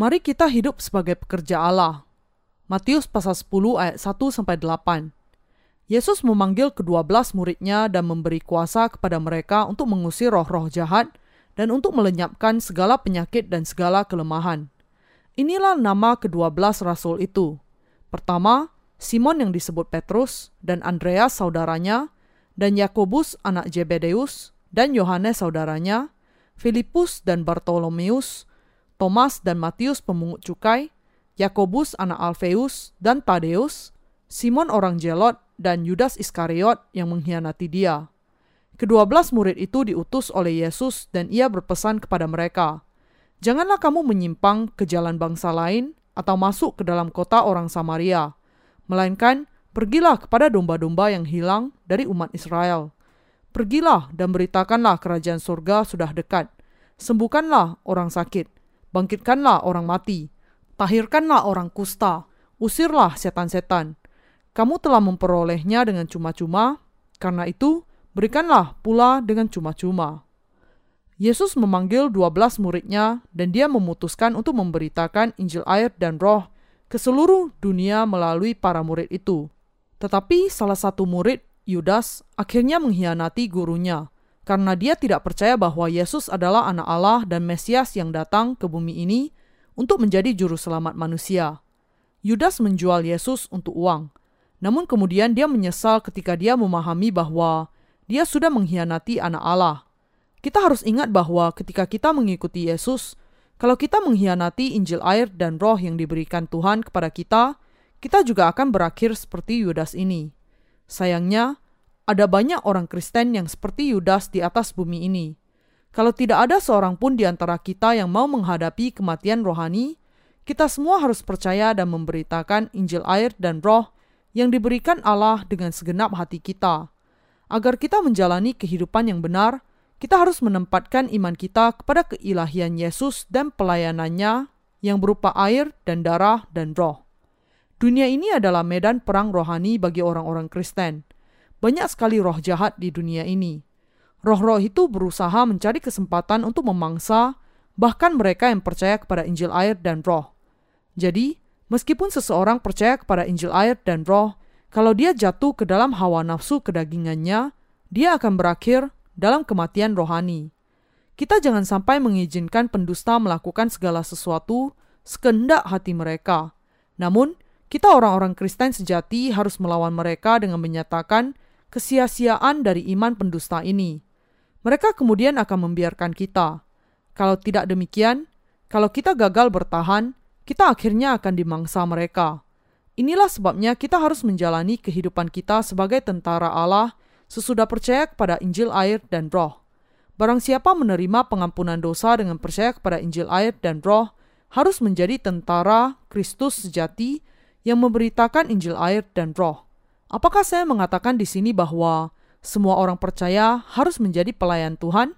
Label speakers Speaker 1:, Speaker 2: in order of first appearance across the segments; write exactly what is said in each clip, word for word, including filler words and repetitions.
Speaker 1: Mari kita hidup sebagai pekerja Allah. Matius pasal sepuluh ayat satu sampai delapan. Yesus memanggil kedua belas muridnya dan memberi kuasa kepada mereka untuk mengusir roh-roh jahat dan untuk melenyapkan segala penyakit dan segala kelemahan. Inilah nama kedua belas rasul itu. Pertama, Simon yang disebut Petrus, dan Andreas saudaranya, dan Yakobus anak Zebedeus, dan Yohanes saudaranya, Filipus dan Bartolomeus, Thomas dan Matius pemungut cukai, Yakobus anak Alfeus dan Tadeus, Simon orang Zelot, dan Yudas Iskariot yang mengkhianati dia. Kedua belas murid itu diutus oleh Yesus dan ia berpesan kepada mereka, "Janganlah kamu menyimpang ke jalan bangsa lain atau masuk ke dalam kota orang Samaria, melainkan pergilah kepada domba-domba yang hilang dari umat Israel. Pergilah dan beritakanlah kerajaan surga sudah dekat. Sembuhkanlah orang sakit, bangkitkanlah orang mati, tahirkanlah orang kusta, usirlah setan-setan. Kamu telah memperolehnya dengan cuma-cuma, karena itu berikanlah pula dengan cuma-cuma." Yesus memanggil dua belas muridnya dan dia memutuskan untuk memberitakan Injil air dan roh ke seluruh dunia melalui para murid itu. Tetapi salah satu murid, Yudas, akhirnya mengkhianati gurunya, karena dia tidak percaya bahwa Yesus adalah anak Allah dan Mesias yang datang ke bumi ini untuk menjadi juru selamat manusia. Yudas menjual Yesus untuk uang, namun kemudian dia menyesal ketika dia memahami bahwa dia sudah mengkhianati anak Allah. Kita harus ingat bahwa ketika kita mengikuti Yesus, kalau kita mengkhianati Injil air dan roh yang diberikan Tuhan kepada kita, kita juga akan berakhir seperti Yudas ini. Sayangnya, ada banyak orang Kristen yang seperti Yudas di atas bumi ini. Kalau tidak ada seorang pun di antara kita yang mau menghadapi kematian rohani, kita semua harus percaya dan memberitakan Injil air dan roh yang diberikan Allah dengan segenap hati kita. Agar kita menjalani kehidupan yang benar, kita harus menempatkan iman kita kepada keilahian Yesus dan pelayanannya yang berupa air dan darah dan roh. Dunia ini adalah medan perang rohani bagi orang-orang Kristen. Banyak sekali roh jahat di dunia ini. Roh-roh itu berusaha mencari kesempatan untuk memangsa bahkan mereka yang percaya kepada Injil air dan roh. Jadi, meskipun seseorang percaya kepada Injil air dan roh, kalau dia jatuh ke dalam hawa nafsu kedagingannya, dia akan berakhir dalam kematian rohani. Kita jangan sampai mengizinkan pendusta melakukan segala sesuatu sekehendak hati mereka. Namun, kita orang-orang Kristen sejati harus melawan mereka dengan menyatakan kesia-siaan dari iman pendusta ini. Mereka kemudian akan membiarkan kita. Kalau tidak demikian, kalau kita gagal bertahan, kita akhirnya akan dimangsa mereka. Inilah sebabnya kita harus menjalani kehidupan kita sebagai tentara Allah sesudah percaya kepada Injil air dan roh. Barang siapa menerima pengampunan dosa dengan percaya kepada Injil air dan roh, harus menjadi tentara Kristus sejati yang memberitakan Injil air dan roh. Apakah saya mengatakan di sini bahwa semua orang percaya harus menjadi pelayan Tuhan?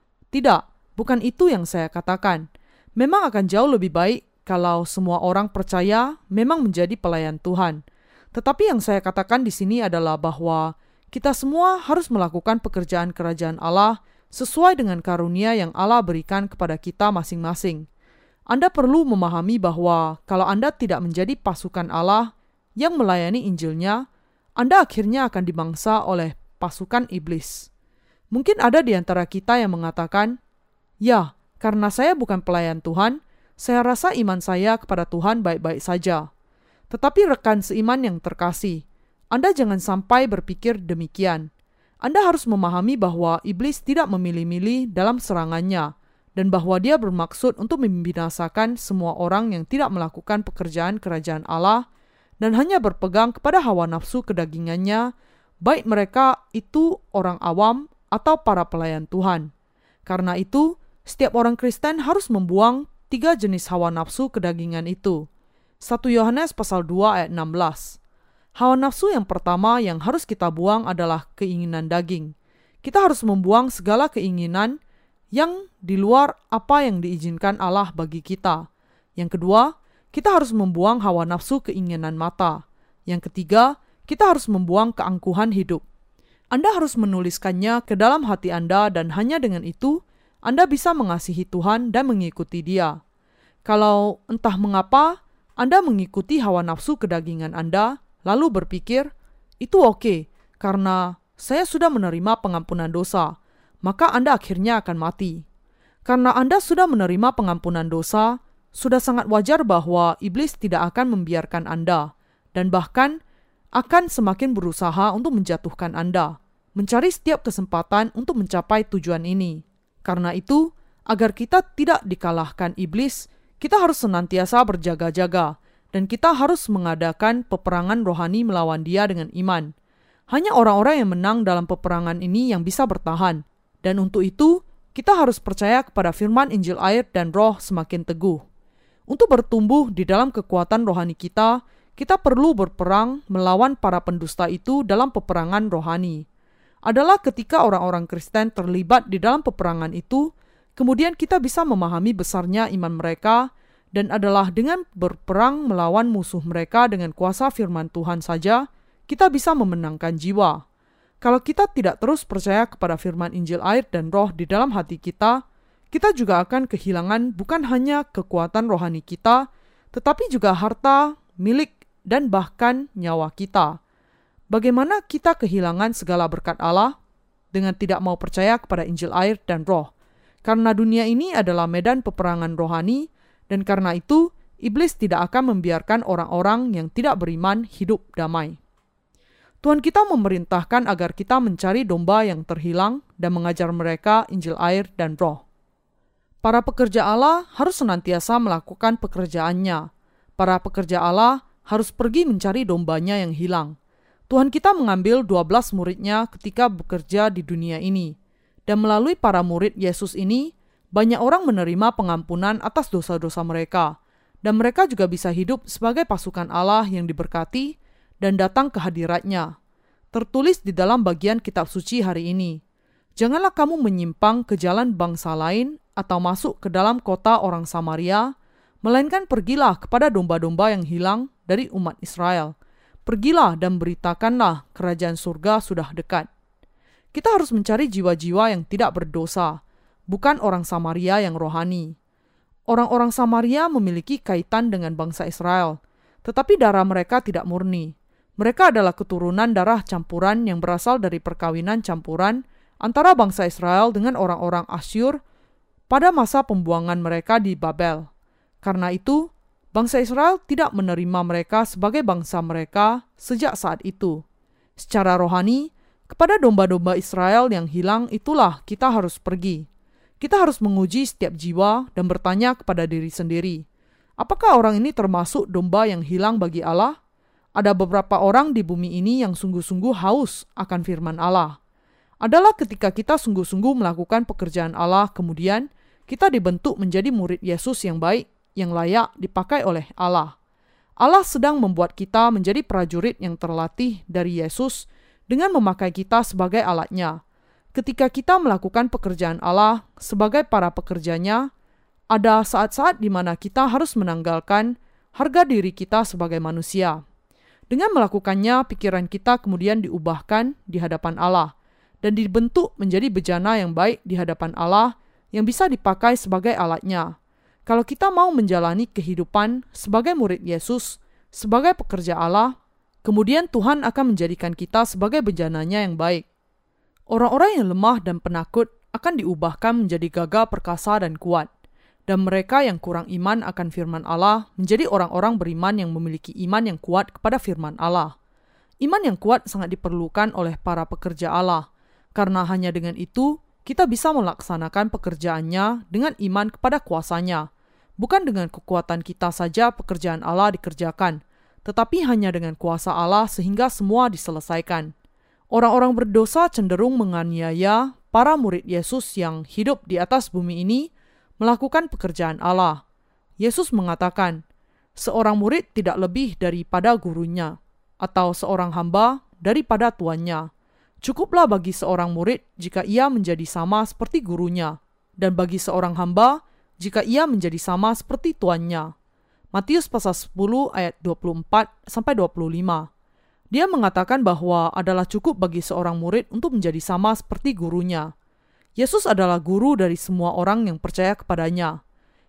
Speaker 1: Tidak, bukan itu yang saya katakan. Memang akan jauh lebih baik kalau semua orang percaya memang menjadi pelayan Tuhan. Tetapi yang saya katakan di sini adalah bahwa kita semua harus melakukan pekerjaan kerajaan Allah sesuai dengan karunia yang Allah berikan kepada kita masing-masing. Anda perlu memahami bahwa kalau Anda tidak menjadi pasukan Allah yang melayani Injilnya, Anda akhirnya akan dimangsa oleh pasukan iblis. Mungkin ada di antara kita yang mengatakan, "Ya, karena saya bukan pelayan Tuhan, saya rasa iman saya kepada Tuhan baik-baik saja." Tetapi rekan seiman yang terkasih, Anda jangan sampai berpikir demikian. Anda harus memahami bahwa iblis tidak memilih-milih dalam serangannya, dan bahwa dia bermaksud untuk membinasakan semua orang yang tidak melakukan pekerjaan kerajaan Allah, dan hanya berpegang kepada hawa nafsu kedagingannya, baik mereka itu orang awam atau para pelayan Tuhan. Karena itu, setiap orang Kristen harus membuang tiga jenis hawa nafsu kedagingan itu. satu Yohanes pasal dua ayat enam belas. Hawa nafsu yang pertama yang harus kita buang adalah keinginan daging. Kita harus membuang segala keinginan yang di luar apa yang diizinkan Allah bagi kita. Yang kedua, kita harus membuang hawa nafsu keinginan mata. Yang ketiga, kita harus membuang keangkuhan hidup. Anda harus menuliskannya ke dalam hati Anda dan hanya dengan itu, Anda bisa mengasihi Tuhan dan mengikuti Dia. Kalau entah mengapa Anda mengikuti hawa nafsu kedagingan Anda, lalu berpikir, itu oke, karena saya sudah menerima pengampunan dosa, maka Anda akhirnya akan mati. Karena Anda sudah menerima pengampunan dosa, sudah sangat wajar bahwa iblis tidak akan membiarkan Anda, dan bahkan akan semakin berusaha untuk menjatuhkan Anda, mencari setiap kesempatan untuk mencapai tujuan ini. Karena itu, agar kita tidak dikalahkan iblis, kita harus senantiasa berjaga-jaga, dan kita harus mengadakan peperangan rohani melawan dia dengan iman. Hanya orang-orang yang menang dalam peperangan ini yang bisa bertahan, dan untuk itu, kita harus percaya kepada firman Injil air dan roh semakin teguh. Untuk bertumbuh di dalam kekuatan rohani kita, kita perlu berperang melawan para pendusta itu dalam peperangan rohani. Adalah ketika orang-orang Kristen terlibat di dalam peperangan itu, kemudian kita bisa memahami besarnya iman mereka, dan adalah dengan berperang melawan musuh mereka dengan kuasa firman Tuhan saja, kita bisa memenangkan jiwa. Kalau kita tidak terus percaya kepada firman Injil air dan roh di dalam hati kita, kita juga akan kehilangan bukan hanya kekuatan rohani kita, tetapi juga harta, milik, dan bahkan nyawa kita. Bagaimana kita kehilangan segala berkat Allah dengan tidak mau percaya kepada Injil air dan roh? Karena dunia ini adalah medan peperangan rohani, dan karena itu, iblis tidak akan membiarkan orang-orang yang tidak beriman hidup damai. Tuhan kita memerintahkan agar kita mencari domba yang terhilang dan mengajar mereka Injil air dan roh. Para pekerja Allah harus senantiasa melakukan pekerjaannya. Para pekerja Allah harus pergi mencari dombanya yang hilang. Tuhan kita mengambil dua belas muridnya ketika bekerja di dunia ini. Dan melalui para murid Yesus ini, banyak orang menerima pengampunan atas dosa-dosa mereka. Dan mereka juga bisa hidup sebagai pasukan Allah yang diberkati dan datang ke hadiratnya. Tertulis di dalam bagian kitab suci hari ini, janganlah kamu menyimpang ke jalan bangsa lain atau masuk ke dalam kota orang Samaria, melainkan pergilah kepada domba-domba yang hilang dari umat Israel. Pergilah dan beritakanlah kerajaan surga sudah dekat. Kita harus mencari jiwa-jiwa yang tidak berdosa, bukan orang Samaria yang rohani. Orang-orang Samaria memiliki kaitan dengan bangsa Israel, tetapi darah mereka tidak murni. Mereka adalah keturunan darah campuran yang berasal dari perkawinan campuran antara bangsa Israel dengan orang-orang Asyur pada masa pembuangan mereka di Babel. Karena itu, bangsa Israel tidak menerima mereka sebagai bangsa mereka sejak saat itu. Secara rohani, kepada domba-domba Israel yang hilang itulah kita harus pergi. Kita harus menguji setiap jiwa dan bertanya kepada diri sendiri, apakah orang ini termasuk domba yang hilang bagi Allah? Ada beberapa orang di bumi ini yang sungguh-sungguh haus akan firman Allah. Adalah ketika kita sungguh-sungguh melakukan pekerjaan Allah, kemudian kita dibentuk menjadi murid Yesus yang baik, yang layak dipakai oleh Allah. Allah sedang membuat kita menjadi prajurit yang terlatih dari Yesus dengan memakai kita sebagai alatnya. Ketika kita melakukan pekerjaan Allah sebagai para pekerjanya, ada saat-saat di mana kita harus menanggalkan harga diri kita sebagai manusia. Dengan melakukannya, pikiran kita kemudian diubahkan di hadapan Allah dan dibentuk menjadi bejana yang baik di hadapan Allah yang bisa dipakai sebagai alatnya. Kalau kita mau menjalani kehidupan sebagai murid Yesus, sebagai pekerja Allah, kemudian Tuhan akan menjadikan kita sebagai bejananya yang baik. Orang-orang yang lemah dan penakut akan diubahkan menjadi gagah perkasa dan kuat. Dan mereka yang kurang iman akan firman Allah menjadi orang-orang beriman yang memiliki iman yang kuat kepada firman Allah. Iman yang kuat sangat diperlukan oleh para pekerja Allah, karena hanya dengan itu kita bisa melaksanakan pekerjaannya dengan iman kepada kuasanya. Bukan dengan kekuatan kita saja pekerjaan Allah dikerjakan, tetapi hanya dengan kuasa Allah sehingga semua diselesaikan. Orang-orang berdosa cenderung menganiaya para murid Yesus yang hidup di atas bumi ini melakukan pekerjaan Allah. Yesus mengatakan, seorang murid tidak lebih daripada gurunya, atau seorang hamba daripada tuannya. Cukuplah bagi seorang murid jika ia menjadi sama seperti gurunya, dan bagi seorang hamba jika ia menjadi sama seperti tuannya. Matius pasal sepuluh ayat dua puluh empat sampai dua puluh lima. Dia mengatakan bahwa adalah cukup bagi seorang murid untuk menjadi sama seperti gurunya. Yesus adalah guru dari semua orang yang percaya kepadanya.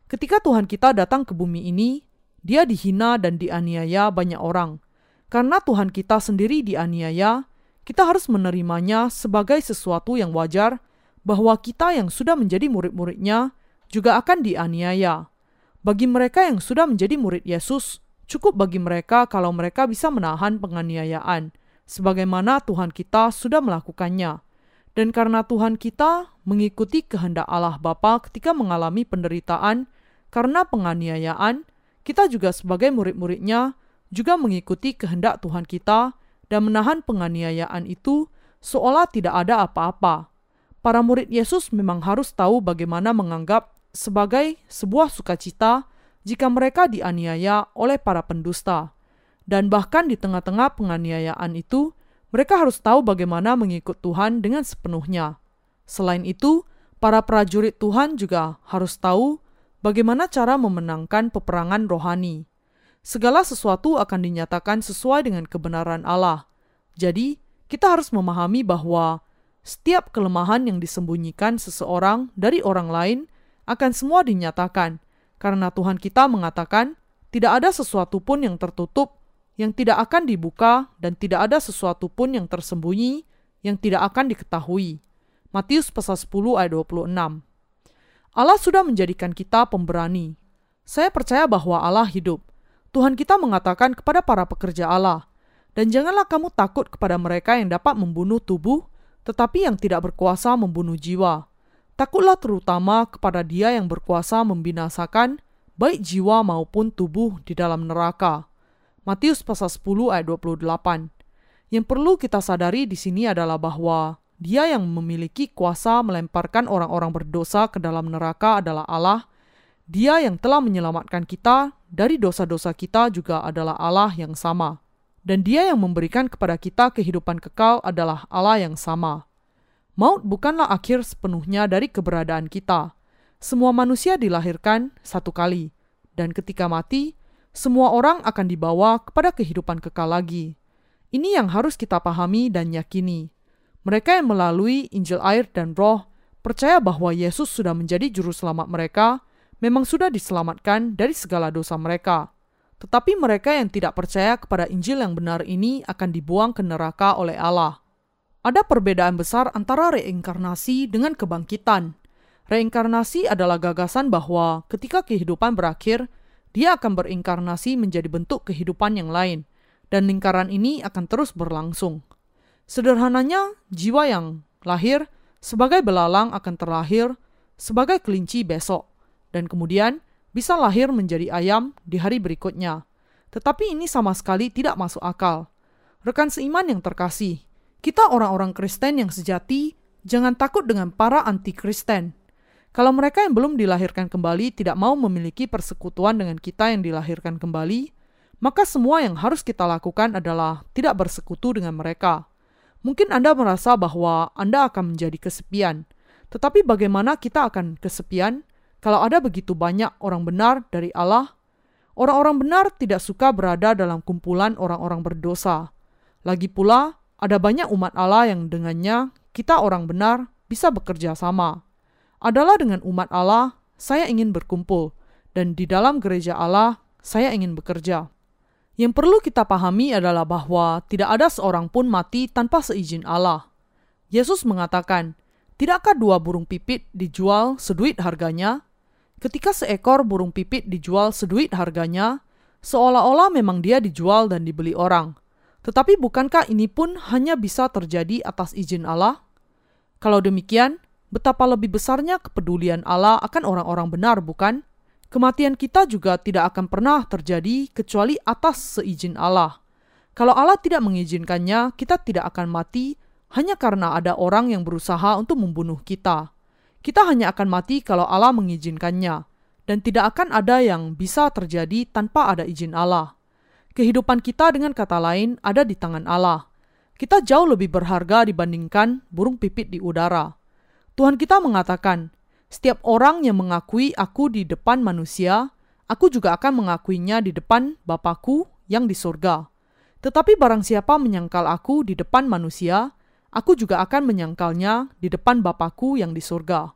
Speaker 1: Ketika Tuhan kita datang ke bumi ini, dia dihina dan dianiaya banyak orang. Karena Tuhan kita sendiri dianiaya, kita harus menerimanya sebagai sesuatu yang wajar bahwa kita yang sudah menjadi murid-muridnya juga akan dianiaya. Bagi mereka yang sudah menjadi murid Yesus, cukup bagi mereka kalau mereka bisa menahan penganiayaan, sebagaimana Tuhan kita sudah melakukannya. Dan karena Tuhan kita mengikuti kehendak Allah Bapa ketika mengalami penderitaan karena penganiayaan, kita juga sebagai murid-muridnya juga mengikuti kehendak Tuhan kita dan menahan penganiayaan itu seolah tidak ada apa-apa. Para murid Yesus memang harus tahu bagaimana menganggap sebagai sebuah sukacita jika mereka dianiaya oleh para pendusta. Dan bahkan di tengah-tengah penganiayaan itu, mereka harus tahu bagaimana mengikut Tuhan dengan sepenuhnya. Selain itu, para prajurit Tuhan juga harus tahu bagaimana cara memenangkan peperangan rohani. Segala sesuatu akan dinyatakan sesuai dengan kebenaran Allah. Jadi, kita harus memahami bahwa setiap kelemahan yang disembunyikan seseorang dari orang lain akan semua dinyatakan, karena Tuhan kita mengatakan tidak ada sesuatu pun yang tertutup yang tidak akan dibuka, dan tidak ada sesuatu pun yang tersembunyi yang tidak akan diketahui. Matius pasal sepuluh ayat dua puluh enam. Allah sudah menjadikan kita pemberani. Saya percaya bahwa Allah hidup. Tuhan kita mengatakan kepada para pekerja Allah, dan janganlah kamu takut kepada mereka yang dapat membunuh tubuh, tetapi yang tidak berkuasa membunuh jiwa. Takutlah terutama kepada Dia yang berkuasa membinasakan baik jiwa maupun tubuh di dalam neraka. Matius pasal sepuluh ayat dua puluh delapan. Yang perlu kita sadari di sini adalah bahwa Dia yang memiliki kuasa melemparkan orang-orang berdosa ke dalam neraka adalah Allah. Dia yang telah menyelamatkan kita dari dosa-dosa kita juga adalah Allah yang sama. Dan Dia yang memberikan kepada kita kehidupan kekal adalah Allah yang sama. Maut bukanlah akhir sepenuhnya dari keberadaan kita. Semua manusia dilahirkan satu kali, dan ketika mati, semua orang akan dibawa kepada kehidupan kekal lagi. Ini yang harus kita pahami dan yakini. Mereka yang melalui Injil air dan Roh percaya bahwa Yesus sudah menjadi juru selamat mereka, memang sudah diselamatkan dari segala dosa mereka. Tetapi mereka yang tidak percaya kepada Injil yang benar ini akan dibuang ke neraka oleh Allah. Ada perbedaan besar antara reinkarnasi dengan kebangkitan. Reinkarnasi adalah gagasan bahwa ketika kehidupan berakhir, Dia akan berinkarnasi menjadi bentuk kehidupan yang lain, dan lingkaran ini akan terus berlangsung. Sederhananya, jiwa yang lahir sebagai belalang akan terlahir sebagai kelinci besok, dan kemudian bisa lahir menjadi ayam di hari berikutnya. Tetapi ini sama sekali tidak masuk akal. Rekan seiman yang terkasih, kita orang-orang Kristen yang sejati, jangan takut dengan para anti-Kristen. Kalau mereka yang belum dilahirkan kembali tidak mau memiliki persekutuan dengan kita yang dilahirkan kembali, maka semua yang harus kita lakukan adalah tidak bersekutu dengan mereka. Mungkin Anda merasa bahwa Anda akan menjadi kesepian, tetapi bagaimana kita akan kesepian kalau ada begitu banyak orang benar dari Allah? Orang-orang benar tidak suka berada dalam kumpulan orang-orang berdosa. Lagi pula, ada banyak umat Allah yang dengannya kita orang benar bisa bekerja sama. Adalah dengan umat Allah, saya ingin berkumpul, dan di dalam gereja Allah, saya ingin bekerja. Yang perlu kita pahami adalah bahwa tidak ada seorang pun mati tanpa seizin Allah. Yesus mengatakan, tidakkah dua burung pipit dijual seduit harganya? Ketika seekor burung pipit dijual seduit harganya, seolah-olah memang dia dijual dan dibeli orang. Tetapi bukankah ini pun hanya bisa terjadi atas izin Allah? Kalau demikian, betapa lebih besarnya kepedulian Allah akan orang-orang benar, bukan? Kematian kita juga tidak akan pernah terjadi kecuali atas seizin Allah. Kalau Allah tidak mengizinkannya, kita tidak akan mati hanya karena ada orang yang berusaha untuk membunuh kita. Kita hanya akan mati kalau Allah mengizinkannya, dan tidak akan ada yang bisa terjadi tanpa ada izin Allah. Kehidupan kita dengan kata lain ada di tangan Allah. Kita jauh lebih berharga dibandingkan burung pipit di udara. Tuhan kita mengatakan, setiap orang yang mengakui aku di depan manusia, aku juga akan mengakuinya di depan Bapa-Ku yang di surga. Tetapi barang siapa menyangkal aku di depan manusia, aku juga akan menyangkalnya di depan Bapa-Ku yang di surga.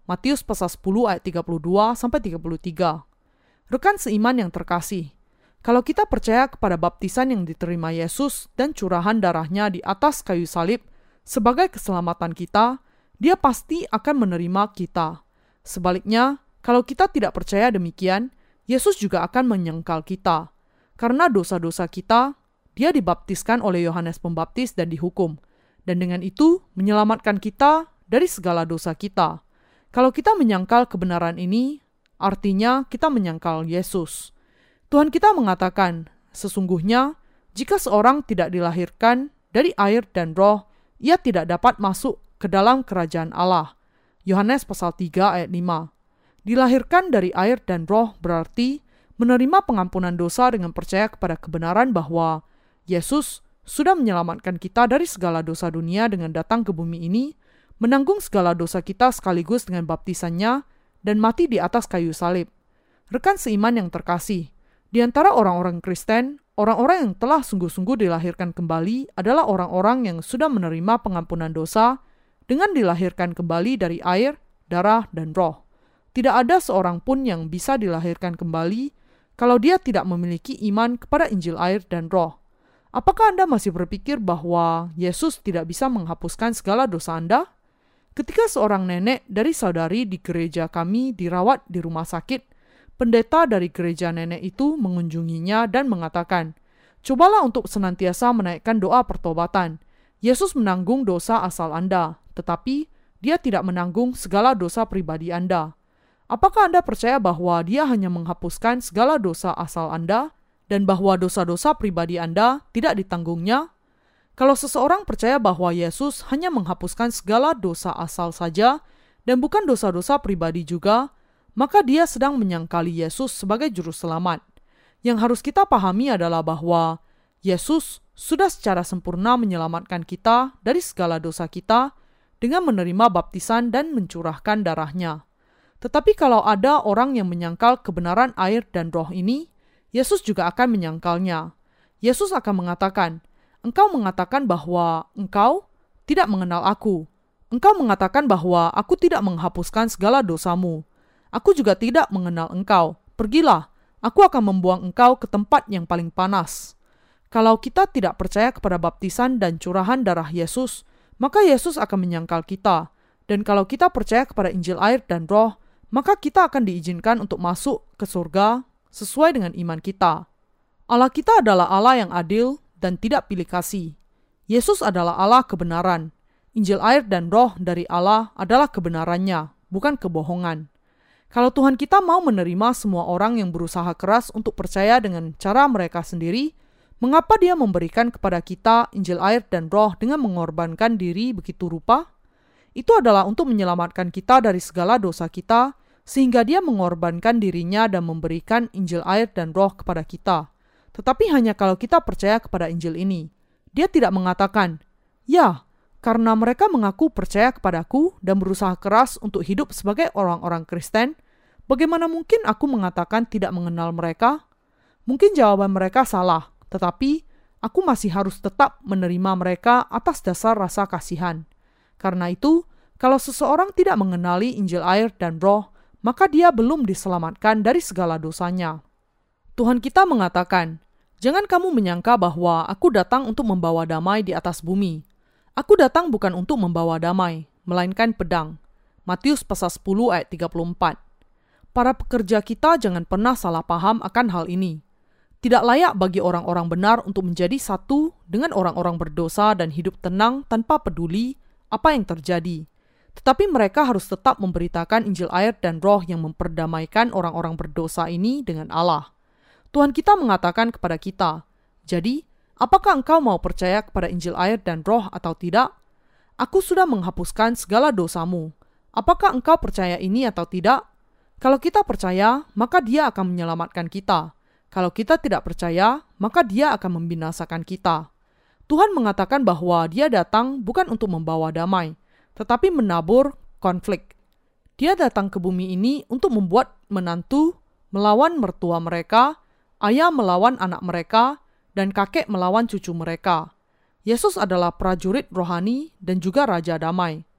Speaker 1: Matius pasal sepuluh ayat tiga puluh dua sampai tiga puluh tiga. Rekan seiman yang terkasih, kalau kita percaya kepada baptisan yang diterima Yesus dan curahan darahnya di atas kayu salib sebagai keselamatan kita, Dia pasti akan menerima kita. Sebaliknya, kalau kita tidak percaya demikian, Yesus juga akan menyangkal kita. Karena dosa-dosa kita, Dia dibaptiskan oleh Yohanes Pembaptis dan dihukum, dan dengan itu menyelamatkan kita dari segala dosa kita. Kalau kita menyangkal kebenaran ini, artinya kita menyangkal Yesus. Tuhan kita mengatakan, sesungguhnya jika seorang tidak dilahirkan dari air dan roh, ia tidak dapat masuk ke dalam kerajaan Allah. Yohanes pasal tiga ayat lima. Dilahirkan dari air dan roh berarti menerima pengampunan dosa dengan percaya kepada kebenaran bahwa Yesus sudah menyelamatkan kita dari segala dosa dunia dengan datang ke bumi ini, menanggung segala dosa kita sekaligus dengan baptisannya, dan mati di atas kayu salib. Rekan seiman yang terkasih, di antara orang-orang Kristen, orang-orang yang telah sungguh-sungguh dilahirkan kembali adalah orang-orang yang sudah menerima pengampunan dosa dengan dilahirkan kembali dari air, darah, dan roh. Tidak ada seorang pun yang bisa dilahirkan kembali kalau dia tidak memiliki iman kepada Injil air dan roh. Apakah Anda masih berpikir bahwa Yesus tidak bisa menghapuskan segala dosa Anda? Ketika seorang nenek dari saudari di gereja kami dirawat di rumah sakit, pendeta dari gereja nenek itu mengunjunginya dan mengatakan, "Cobalah untuk senantiasa menaikkan doa pertobatan. Yesus menanggung dosa asal Anda, tetapi Dia tidak menanggung segala dosa pribadi Anda." Apakah Anda percaya bahwa Dia hanya menghapuskan segala dosa asal Anda dan bahwa dosa-dosa pribadi Anda tidak ditanggungnya? Kalau seseorang percaya bahwa Yesus hanya menghapuskan segala dosa asal saja dan bukan dosa-dosa pribadi juga, maka dia sedang menyangkali Yesus sebagai juru selamat. Yang harus kita pahami adalah bahwa Yesus sudah secara sempurna menyelamatkan kita dari segala dosa kita dengan menerima baptisan dan mencurahkan darahnya. Tetapi kalau ada orang yang menyangkal kebenaran air dan roh ini, Yesus juga akan menyangkalnya. Yesus akan mengatakan, "Engkau mengatakan bahwa engkau tidak mengenal aku. Engkau mengatakan bahwa aku tidak menghapuskan segala dosamu. Aku juga tidak mengenal engkau. Pergilah, aku akan membuang engkau ke tempat yang paling panas." Kalau kita tidak percaya kepada baptisan dan curahan darah Yesus, maka Yesus akan menyangkal kita. Dan kalau kita percaya kepada Injil air dan roh, maka kita akan diizinkan untuk masuk ke surga sesuai dengan iman kita. Allah kita adalah Allah yang adil dan tidak pilih kasih. Yesus adalah Allah kebenaran. Injil air dan roh dari Allah adalah kebenarannya, bukan kebohongan. Kalau Tuhan kita mau menerima semua orang yang berusaha keras untuk percaya dengan cara mereka sendiri, mengapa Dia memberikan kepada kita Injil air dan roh dengan mengorbankan diri begitu rupa? Itu adalah untuk menyelamatkan kita dari segala dosa kita, sehingga Dia mengorbankan dirinya dan memberikan Injil air dan roh kepada kita. Tetapi hanya kalau kita percaya kepada Injil ini. Dia tidak mengatakan, "Ya, karena mereka mengaku percaya kepadaku dan berusaha keras untuk hidup sebagai orang-orang Kristen, bagaimana mungkin aku mengatakan tidak mengenal mereka?" Mungkin jawaban mereka salah, tetapi aku masih harus tetap menerima mereka atas dasar rasa kasihan. Karena itu, kalau seseorang tidak mengenali Injil air dan roh, maka dia belum diselamatkan dari segala dosanya. Tuhan kita mengatakan, "Jangan kamu menyangka bahwa aku datang untuk membawa damai di atas bumi. Aku datang bukan untuk membawa damai, melainkan pedang." Matius pasal sepuluh ayat tiga puluh empat. Para pekerja kita jangan pernah salah paham akan hal ini. Tidak layak bagi orang-orang benar untuk menjadi satu dengan orang-orang berdosa dan hidup tenang tanpa peduli apa yang terjadi. Tetapi mereka harus tetap memberitakan Injil air dan roh yang memperdamaikan orang-orang berdosa ini dengan Allah. Tuhan kita mengatakan kepada kita, "Jadi, apakah engkau mau percaya kepada Injil air dan roh atau tidak? Aku sudah menghapuskan segala dosamu. Apakah engkau percaya ini atau tidak?" Kalau kita percaya, maka Dia akan menyelamatkan kita. Kalau kita tidak percaya, maka Dia akan membinasakan kita. Tuhan mengatakan bahwa Dia datang bukan untuk membawa damai, tetapi menabur konflik. Dia datang ke bumi ini untuk membuat menantu melawan mertua mereka, ayah melawan anak mereka, dan kakek melawan cucu mereka. Yesus adalah prajurit rohani dan juga raja damai.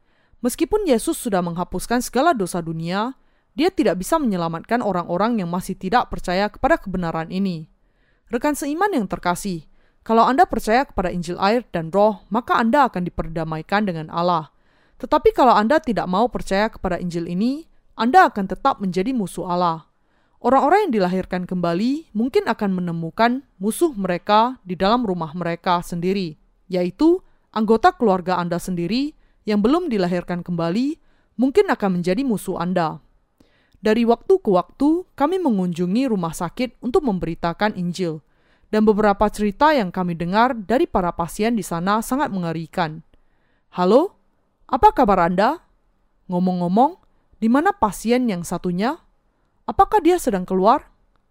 Speaker 1: Meskipun Yesus sudah menghapuskan segala dosa dunia, Dia tidak bisa menyelamatkan orang-orang yang masih tidak percaya kepada kebenaran ini. Rekan seiman yang terkasih, kalau Anda percaya kepada Injil air dan Roh, maka Anda akan diperdamaikan dengan Allah. Tetapi kalau Anda tidak mau percaya kepada Injil ini, Anda akan tetap menjadi musuh Allah. Orang-orang yang dilahirkan kembali mungkin akan menemukan musuh mereka di dalam rumah mereka sendiri, yaitu anggota keluarga Anda sendiri yang belum dilahirkan kembali mungkin akan menjadi musuh Anda. Dari waktu ke waktu, kami mengunjungi rumah sakit untuk memberitakan Injil, dan beberapa cerita yang kami dengar dari para pasien di sana sangat mengerikan. Halo, apa kabar Anda? Ngomong-ngomong, di mana pasien yang satunya? Apakah dia sedang keluar?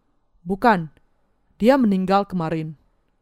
Speaker 1: Bukan, dia meninggal kemarin.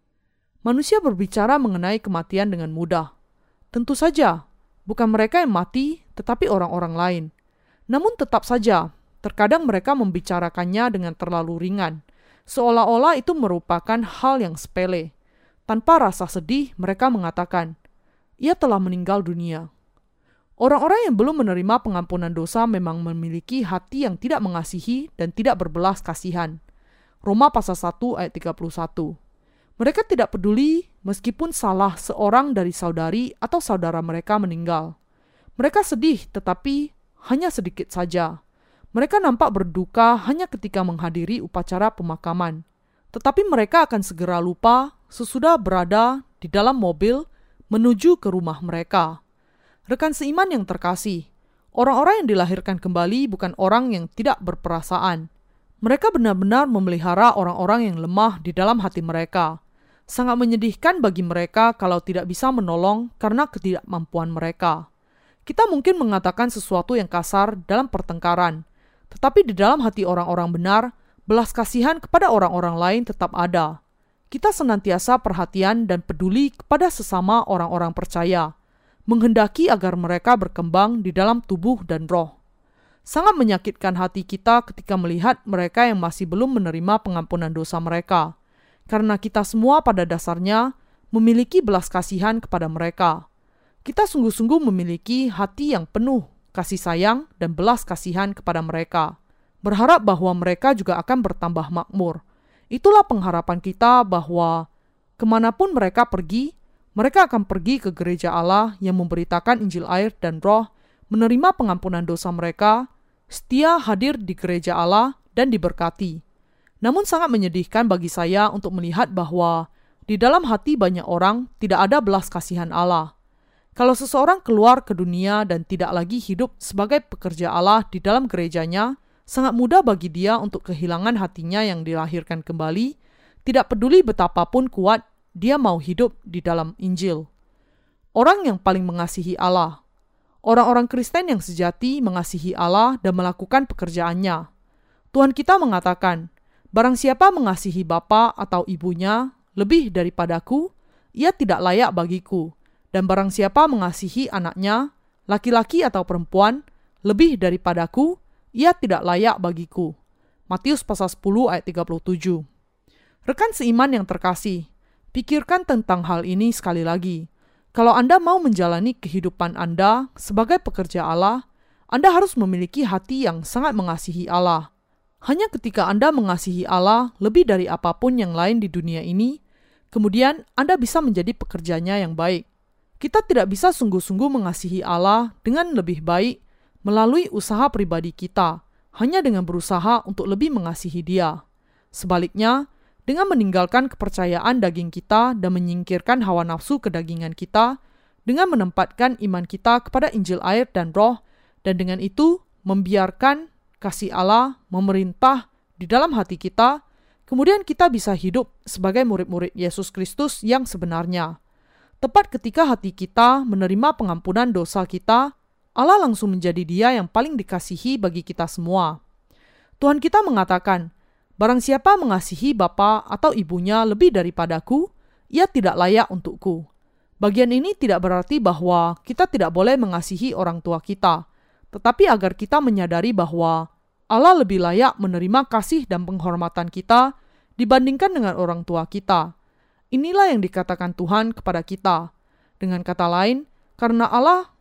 Speaker 1: Manusia berbicara mengenai kematian dengan mudah. Tentu saja, bukan mereka yang mati, tetapi orang-orang lain. Namun tetap saja, terkadang mereka membicarakannya dengan terlalu ringan, seolah-olah itu merupakan hal yang sepele. Tanpa rasa sedih, mereka mengatakan, "Ia telah meninggal dunia." Orang-orang yang belum menerima pengampunan dosa memang memiliki hati yang tidak mengasihi dan tidak berbelas kasihan. Roma pasal satu ayat tiga puluh satu. Mereka tidak peduli meskipun salah seorang dari saudari atau saudara mereka meninggal. Mereka sedih tetapi hanya sedikit saja. Mereka nampak berduka hanya ketika menghadiri upacara pemakaman. Tetapi mereka akan segera lupa sesudah berada di dalam mobil menuju ke rumah mereka. Rekan seiman yang terkasih, orang-orang yang dilahirkan kembali bukan orang yang tidak berperasaan. Mereka benar-benar memelihara orang-orang yang lemah di dalam hati mereka. Sangat menyedihkan bagi mereka kalau tidak bisa menolong karena ketidakmampuan mereka. Kita mungkin mengatakan sesuatu yang kasar dalam pertengkaran, tetapi di dalam hati orang-orang benar, belas kasihan kepada orang-orang lain tetap ada. Kita senantiasa perhatian dan peduli kepada sesama orang-orang percaya, menghendaki agar mereka berkembang di dalam tubuh dan roh. Sangat menyakitkan hati kita ketika melihat mereka yang masih belum menerima pengampunan dosa mereka, karena kita semua pada dasarnya memiliki belas kasihan kepada mereka. Kita sungguh-sungguh memiliki hati yang penuh kasih sayang dan belas kasihan kepada mereka, berharap bahwa mereka juga akan bertambah makmur. Itulah pengharapan kita bahwa kemanapun mereka pergi, mereka akan pergi ke gereja Allah yang memberitakan Injil air dan Roh, menerima pengampunan dosa mereka, setia hadir di gereja Allah dan diberkati. Namun sangat menyedihkan bagi saya untuk melihat bahwa di dalam hati banyak orang tidak ada belas kasihan Allah. Kalau seseorang keluar ke dunia dan tidak lagi hidup sebagai pekerja Allah di dalam gerejanya, sangat mudah bagi dia untuk kehilangan hatinya yang dilahirkan kembali, tidak peduli betapapun kuat dia mau hidup di dalam Injil. Orang yang paling mengasihi Allah. Orang-orang Kristen yang sejati mengasihi Allah dan melakukan pekerjaannya. Tuhan kita mengatakan, "Barang siapa mengasihi bapa atau ibunya lebih daripadaku, ia tidak layak bagiku. Dan barang siapa mengasihi anaknya, laki-laki atau perempuan, lebih daripadaku, ia tidak layak bagiku." Matius pasal sepuluh ayat tiga puluh tujuh. Rekan seiman yang terkasih, pikirkan tentang hal ini sekali lagi. Kalau Anda mau menjalani kehidupan Anda sebagai pekerja Allah, Anda harus memiliki hati yang sangat mengasihi Allah. Hanya ketika Anda mengasihi Allah lebih dari apapun yang lain di dunia ini, kemudian Anda bisa menjadi pekerjanya yang baik. Kita tidak bisa sungguh-sungguh mengasihi Allah dengan lebih baik melalui usaha pribadi kita, hanya dengan berusaha untuk lebih mengasihi Dia. Sebaliknya, dengan meninggalkan kepercayaan daging kita dan menyingkirkan hawa nafsu kedagingan kita, dengan menempatkan iman kita kepada Injil air dan Roh, dan dengan itu membiarkan kasih Allah memerintah di dalam hati kita, kemudian kita bisa hidup sebagai murid-murid Yesus Kristus yang sebenarnya. Tepat ketika hati kita menerima pengampunan dosa kita, Allah langsung menjadi Dia yang paling dikasihi bagi kita semua. Tuhan kita mengatakan, "Barang siapa mengasihi bapa atau ibunya lebih daripadaku, ia tidak layak untukku." Bagian ini tidak berarti bahwa kita tidak boleh mengasihi orang tua kita, tetapi agar kita menyadari bahwa Allah lebih layak menerima kasih dan penghormatan kita dibandingkan dengan orang tua kita. Inilah yang dikatakan Tuhan kepada kita. Dengan kata lain, karena Allah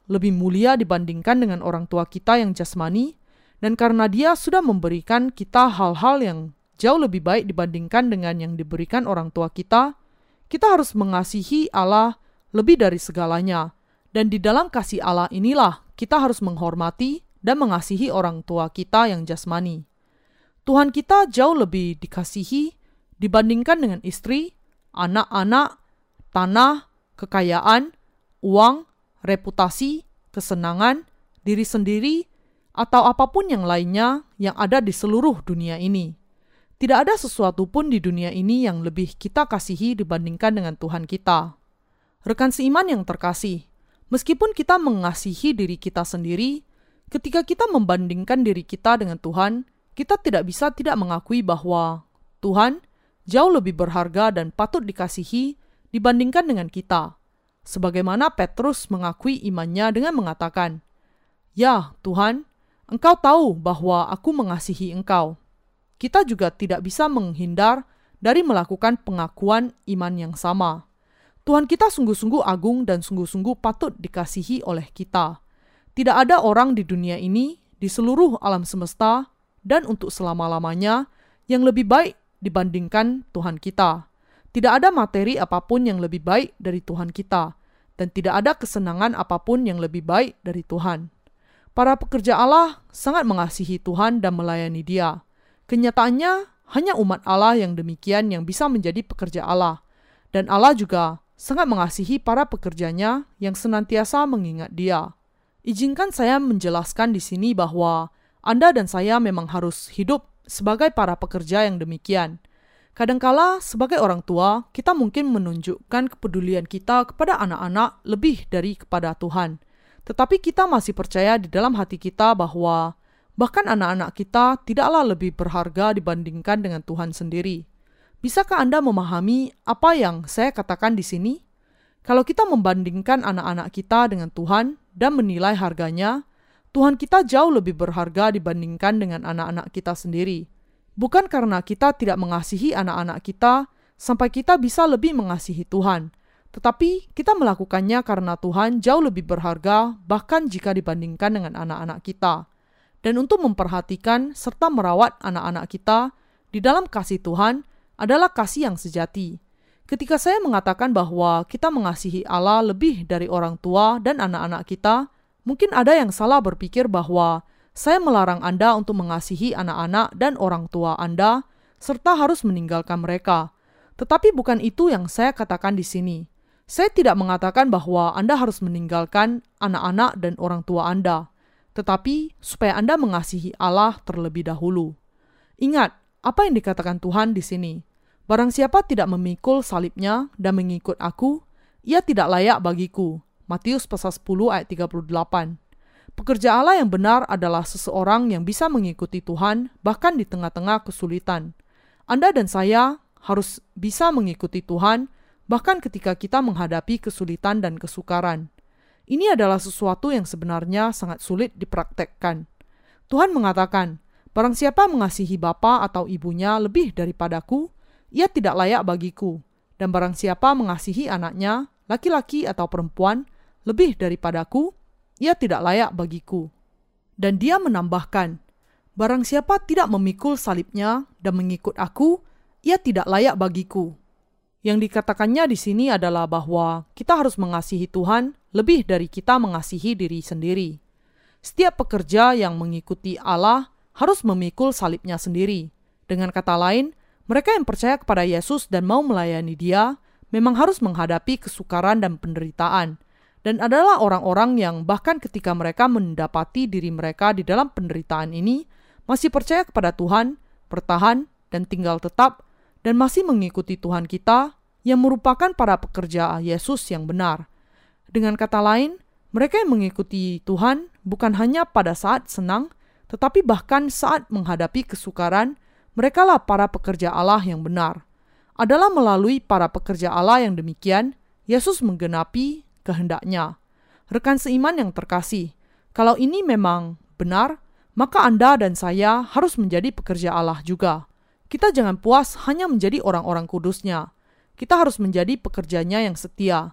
Speaker 1: lebih mulia dibandingkan dengan orang tua kita yang jasmani, dan karena Dia sudah memberikan kita hal-hal yang jauh lebih baik dibandingkan dengan yang diberikan orang tua kita, kita harus mengasihi Allah lebih dari segalanya. Dan di dalam kasih Allah inilah kita harus menghormati dan mengasihi orang tua kita yang jasmani. Tuhan kita jauh lebih dikasihi dibandingkan dengan istri, anak-anak, tanah, kekayaan, uang, reputasi, kesenangan, diri sendiri, atau apapun yang lainnya yang ada di seluruh dunia ini. Tidak ada sesuatu pun di dunia ini yang lebih kita kasihi dibandingkan dengan Tuhan kita. Rekan seiman yang terkasih, meskipun kita mengasihi diri kita sendiri, ketika kita membandingkan diri kita dengan Tuhan, kita tidak bisa tidak mengakui bahwa Tuhan jauh lebih berharga dan patut dikasihi dibandingkan dengan kita. Sebagaimana Petrus mengakui imannya dengan mengatakan, "Ya Tuhan, Engkau tahu bahwa aku mengasihi Engkau." Kita juga tidak bisa menghindar dari melakukan pengakuan iman yang sama. Tuhan kita sungguh-sungguh agung dan sungguh-sungguh patut dikasihi oleh kita. Tidak ada orang di dunia ini, di seluruh alam semesta, dan untuk selama-lamanya yang lebih baik dibandingkan Tuhan kita. Tidak ada materi apapun yang lebih baik dari Tuhan kita, dan tidak ada kesenangan apapun yang lebih baik dari Tuhan. Para pekerja Allah sangat mengasihi Tuhan dan melayani Dia. Kenyataannya, hanya umat Allah yang demikian yang bisa menjadi pekerja Allah, dan Allah juga sangat mengasihi para pekerjanya yang senantiasa mengingat Dia. Izinkan saya menjelaskan di sini bahwa Anda dan saya memang harus hidup sebagai para pekerja yang demikian. Kadangkala sebagai orang tua, kita mungkin menunjukkan kepedulian kita kepada anak-anak lebih dari kepada Tuhan. Tetapi kita masih percaya di dalam hati kita bahwa bahkan anak-anak kita tidaklah lebih berharga dibandingkan dengan Tuhan sendiri. Bisakah Anda memahami apa yang saya katakan di sini? Kalau kita membandingkan anak-anak kita dengan Tuhan dan menilai harganya, Tuhan kita jauh lebih berharga dibandingkan dengan anak-anak kita sendiri. Bukan karena kita tidak mengasihi anak-anak kita sampai kita bisa lebih mengasihi Tuhan, tetapi kita melakukannya karena Tuhan jauh lebih berharga bahkan jika dibandingkan dengan anak-anak kita. Dan untuk memperhatikan serta merawat anak-anak kita di dalam kasih Tuhan adalah kasih yang sejati. Ketika saya mengatakan bahwa kita mengasihi Allah lebih dari orang tua dan anak-anak kita, mungkin ada yang salah berpikir bahwa saya melarang Anda untuk mengasihi anak-anak dan orang tua Anda, serta harus meninggalkan mereka. Tetapi bukan itu yang saya katakan di sini. Saya tidak mengatakan bahwa Anda harus meninggalkan anak-anak dan orang tua Anda, tetapi supaya Anda mengasihi Allah terlebih dahulu. Ingat, apa yang dikatakan Tuhan di sini? Barang siapa tidak memikul salibnya dan mengikut aku, ia tidak layak bagiku. Matius pasal sepuluh ayat tiga puluh delapan. Pekerja Allah yang benar adalah seseorang yang bisa mengikuti Tuhan bahkan di tengah-tengah kesulitan. Anda dan saya harus bisa mengikuti Tuhan bahkan ketika kita menghadapi kesulitan dan kesukaran. Ini adalah sesuatu yang sebenarnya sangat sulit dipraktekkan. Tuhan mengatakan, barang siapa mengasihi bapa atau ibunya lebih daripadaku, ia tidak layak bagiku. Dan barang siapa mengasihi anaknya, laki-laki atau perempuan, lebih daripadaku, ia tidak layak bagiku. Dan dia menambahkan, barang siapa tidak memikul salibnya dan mengikut aku, ia tidak layak bagiku. Yang dikatakannya di sini adalah bahwa kita harus mengasihi Tuhan lebih dari kita mengasihi diri sendiri. Setiap pekerja yang mengikuti Allah harus memikul salibnya sendiri. Dengan kata lain, mereka yang percaya kepada Yesus dan mau melayani Dia memang harus menghadapi kesukaran dan penderitaan, dan adalah orang-orang yang bahkan ketika mereka mendapati diri mereka di dalam penderitaan ini, masih percaya kepada Tuhan, bertahan, dan tinggal tetap, dan masih mengikuti Tuhan kita yang merupakan para pekerja Yesus yang benar. Dengan kata lain, mereka yang mengikuti Tuhan bukan hanya pada saat senang, tetapi bahkan saat menghadapi kesukaran, merekalah para pekerja Allah yang benar. Adalah melalui para pekerja Allah yang demikian, Yesus menggenapi kehendaknya. Rekan seiman yang terkasih, kalau ini memang benar, maka Anda dan saya harus menjadi pekerja Allah juga. Kita jangan puas hanya menjadi orang-orang kudusnya. Kita harus menjadi pekerjanya yang setia.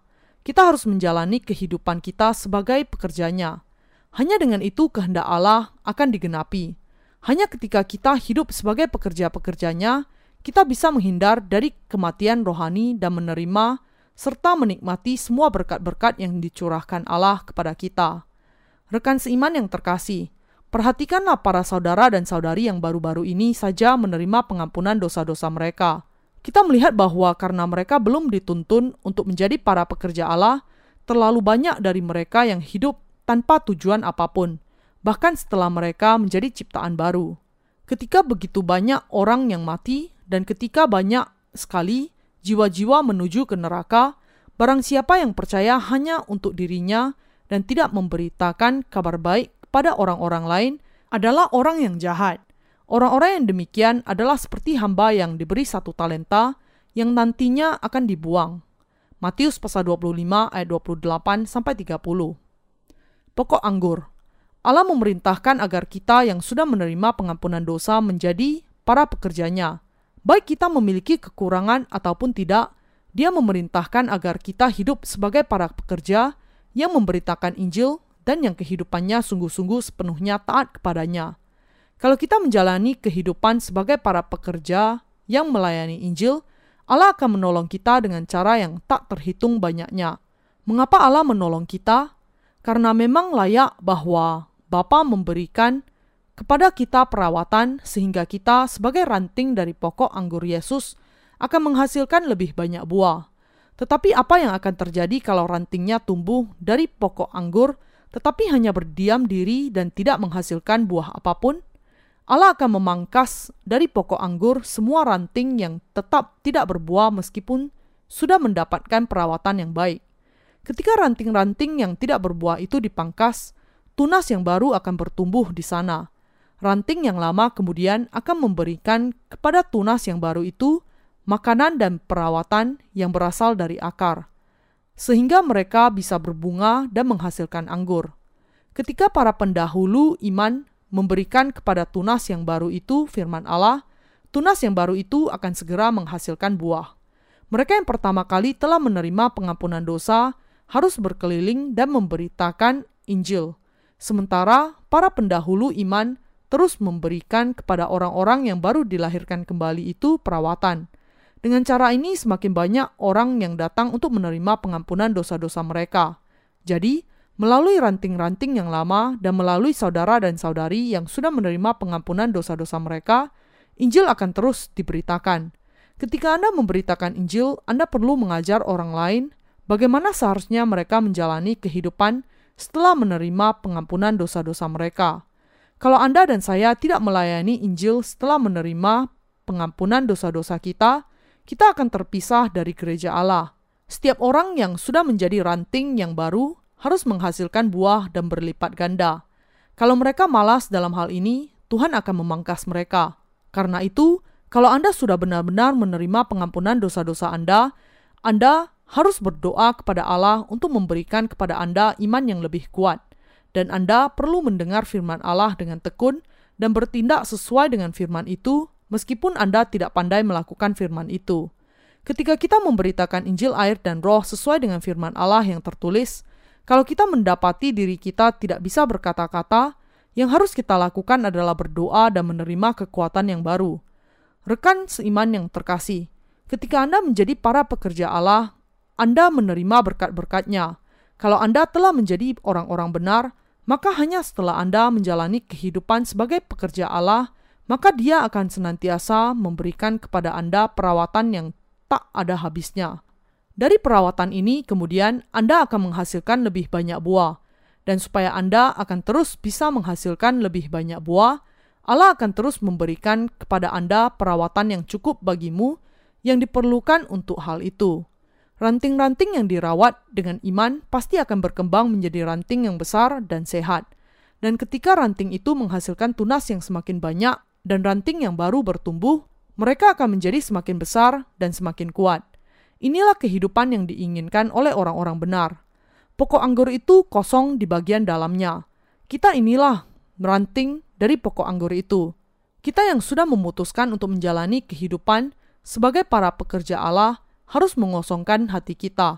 Speaker 1: kita harus menjalani kehidupan kita sebagai pekerjanya. Hanya dengan itu kehendak Allah akan digenapi. Hanya ketika kita hidup sebagai pekerja-pekerjanya, kita bisa menghindar dari kematian rohani dan menerima serta menikmati semua berkat-berkat yang dicurahkan Allah kepada kita. Rekan seiman yang terkasih, perhatikanlah para saudara dan saudari yang baru-baru ini saja menerima pengampunan dosa-dosa mereka. Kita melihat bahwa karena mereka belum dituntun untuk menjadi para pekerja Allah, terlalu banyak dari mereka yang hidup tanpa tujuan apapun, bahkan setelah mereka menjadi ciptaan baru. Ketika begitu banyak orang yang mati, dan ketika banyak sekali jiwa-jiwa menuju ke neraka, barang siapa yang percaya hanya untuk dirinya dan tidak memberitakan kabar baik kepada orang-orang lain adalah orang yang jahat. Orang-orang yang demikian adalah seperti hamba yang diberi satu talenta yang nantinya akan dibuang. Matius pasal dua puluh lima ayat dua puluh delapan sampai tiga puluh. Pokok anggur. Allah memerintahkan agar kita yang sudah menerima pengampunan dosa menjadi para pekerjanya. Baik kita memiliki kekurangan ataupun tidak, Dia memerintahkan agar kita hidup sebagai para pekerja yang memberitakan Injil dan yang kehidupannya sungguh-sungguh sepenuhnya taat kepadanya. Kalau kita menjalani kehidupan sebagai para pekerja yang melayani Injil, Allah akan menolong kita dengan cara yang tak terhitung banyaknya. Mengapa Allah menolong kita? Karena memang layak bahwa Bapa memberikan kepada kita perawatan sehingga kita sebagai ranting dari pokok anggur Yesus akan menghasilkan lebih banyak buah. Tetapi apa yang akan terjadi kalau rantingnya tumbuh dari pokok anggur tetapi hanya berdiam diri dan tidak menghasilkan buah apapun? Allah akan memangkas dari pokok anggur semua ranting yang tetap tidak berbuah meskipun sudah mendapatkan perawatan yang baik. Ketika ranting-ranting yang tidak berbuah itu dipangkas, tunas yang baru akan bertumbuh di sana. Ranting yang lama kemudian akan memberikan kepada tunas yang baru itu makanan dan perawatan yang berasal dari akar, sehingga mereka bisa berbunga dan menghasilkan anggur. Ketika para pendahulu iman memberikan kepada tunas yang baru itu firman Allah, tunas yang baru itu akan segera menghasilkan buah. Mereka yang pertama kali telah menerima pengampunan dosa harus berkeliling dan memberitakan Injil, sementara para pendahulu iman terus memberikan kepada orang-orang yang baru dilahirkan kembali itu perawatan. Dengan cara ini semakin banyak orang yang datang untuk menerima pengampunan dosa-dosa mereka. Jadi, melalui ranting-ranting yang lama dan melalui saudara dan saudari yang sudah menerima pengampunan dosa-dosa mereka, Injil akan terus diberitakan. Ketika Anda memberitakan Injil, Anda perlu mengajar orang lain bagaimana seharusnya mereka menjalani kehidupan setelah menerima pengampunan dosa-dosa mereka. Kalau Anda dan saya tidak melayani Injil setelah menerima pengampunan dosa-dosa kita, kita akan terpisah dari gereja Allah. Setiap orang yang sudah menjadi ranting yang baru harus menghasilkan buah dan berlipat ganda. Kalau mereka malas dalam hal ini, Tuhan akan memangkas mereka. Karena itu, kalau Anda sudah benar-benar menerima pengampunan dosa-dosa Anda, Anda harus berdoa kepada Allah untuk memberikan kepada Anda iman yang lebih kuat. Dan Anda perlu mendengar firman Allah dengan tekun dan bertindak sesuai dengan firman itu, meskipun Anda tidak pandai melakukan firman itu. Ketika kita memberitakan Injil air dan roh sesuai dengan firman Allah yang tertulis, kalau kita mendapati diri kita tidak bisa berkata-kata, yang harus kita lakukan adalah berdoa dan menerima kekuatan yang baru. Rekan seiman yang terkasih, ketika Anda menjadi para pekerja Allah, Anda menerima berkat-berkat-Nya. Kalau Anda telah menjadi orang-orang benar, maka hanya setelah Anda menjalani kehidupan sebagai pekerja Allah, maka Dia akan senantiasa memberikan kepada Anda perawatan yang tak ada habisnya. Dari perawatan ini kemudian Anda akan menghasilkan lebih banyak buah. Dan supaya Anda akan terus bisa menghasilkan lebih banyak buah, Allah akan terus memberikan kepada Anda perawatan yang cukup bagimu yang diperlukan untuk hal itu. Ranting-ranting yang dirawat dengan iman pasti akan berkembang menjadi ranting yang besar dan sehat. Dan ketika ranting itu menghasilkan tunas yang semakin banyak dan ranting yang baru bertumbuh, mereka akan menjadi semakin besar dan semakin kuat. Inilah kehidupan yang diinginkan oleh orang-orang benar. Pokok anggur itu kosong di bagian dalamnya. Kita inilah ranting dari pokok anggur itu. Kita yang sudah memutuskan untuk menjalani kehidupan sebagai para pekerja Allah harus mengosongkan hati kita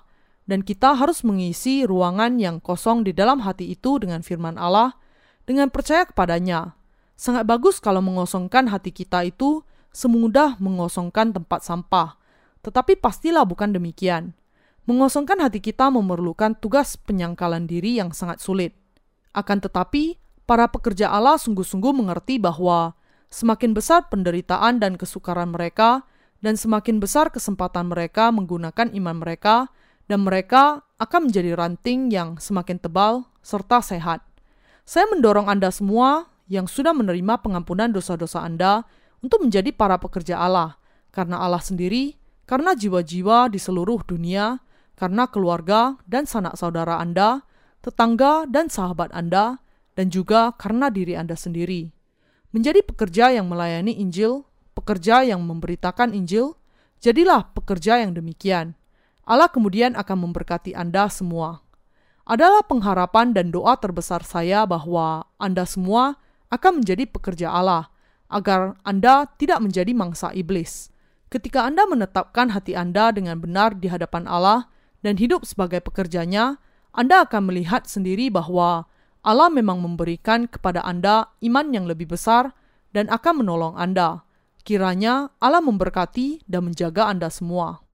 Speaker 1: Dan kita harus mengisi ruangan yang kosong di dalam hati itu dengan firman Allah, dengan percaya kepadanya. Sangat bagus kalau mengosongkan hati kita itu semudah mengosongkan tempat sampah. Tetapi pastilah bukan demikian. Mengosongkan hati kita memerlukan tugas penyangkalan diri yang sangat sulit. Akan tetapi, para pekerja Allah sungguh-sungguh mengerti bahwa semakin besar penderitaan dan kesukaran mereka, dan semakin besar kesempatan mereka menggunakan iman mereka, dan mereka akan menjadi ranting yang semakin tebal serta sehat. Saya mendorong Anda semua yang sudah menerima pengampunan dosa-dosa Anda untuk menjadi para pekerja Allah, karena Allah sendiri, karena jiwa-jiwa di seluruh dunia, karena keluarga dan sanak saudara Anda, tetangga dan sahabat Anda, dan juga karena diri Anda sendiri. Menjadi pekerja yang melayani Injil, pekerja yang memberitakan Injil, jadilah pekerja yang demikian. Allah kemudian akan memberkati Anda semua. Adalah pengharapan dan doa terbesar saya bahwa Anda semua akan menjadi pekerja Allah, agar Anda tidak menjadi mangsa iblis. Ketika Anda menetapkan hati Anda dengan benar di hadapan Allah dan hidup sebagai pekerjanya, Anda akan melihat sendiri bahwa Allah memang memberikan kepada Anda iman yang lebih besar dan akan menolong Anda. Kiranya Allah memberkati dan menjaga Anda semua.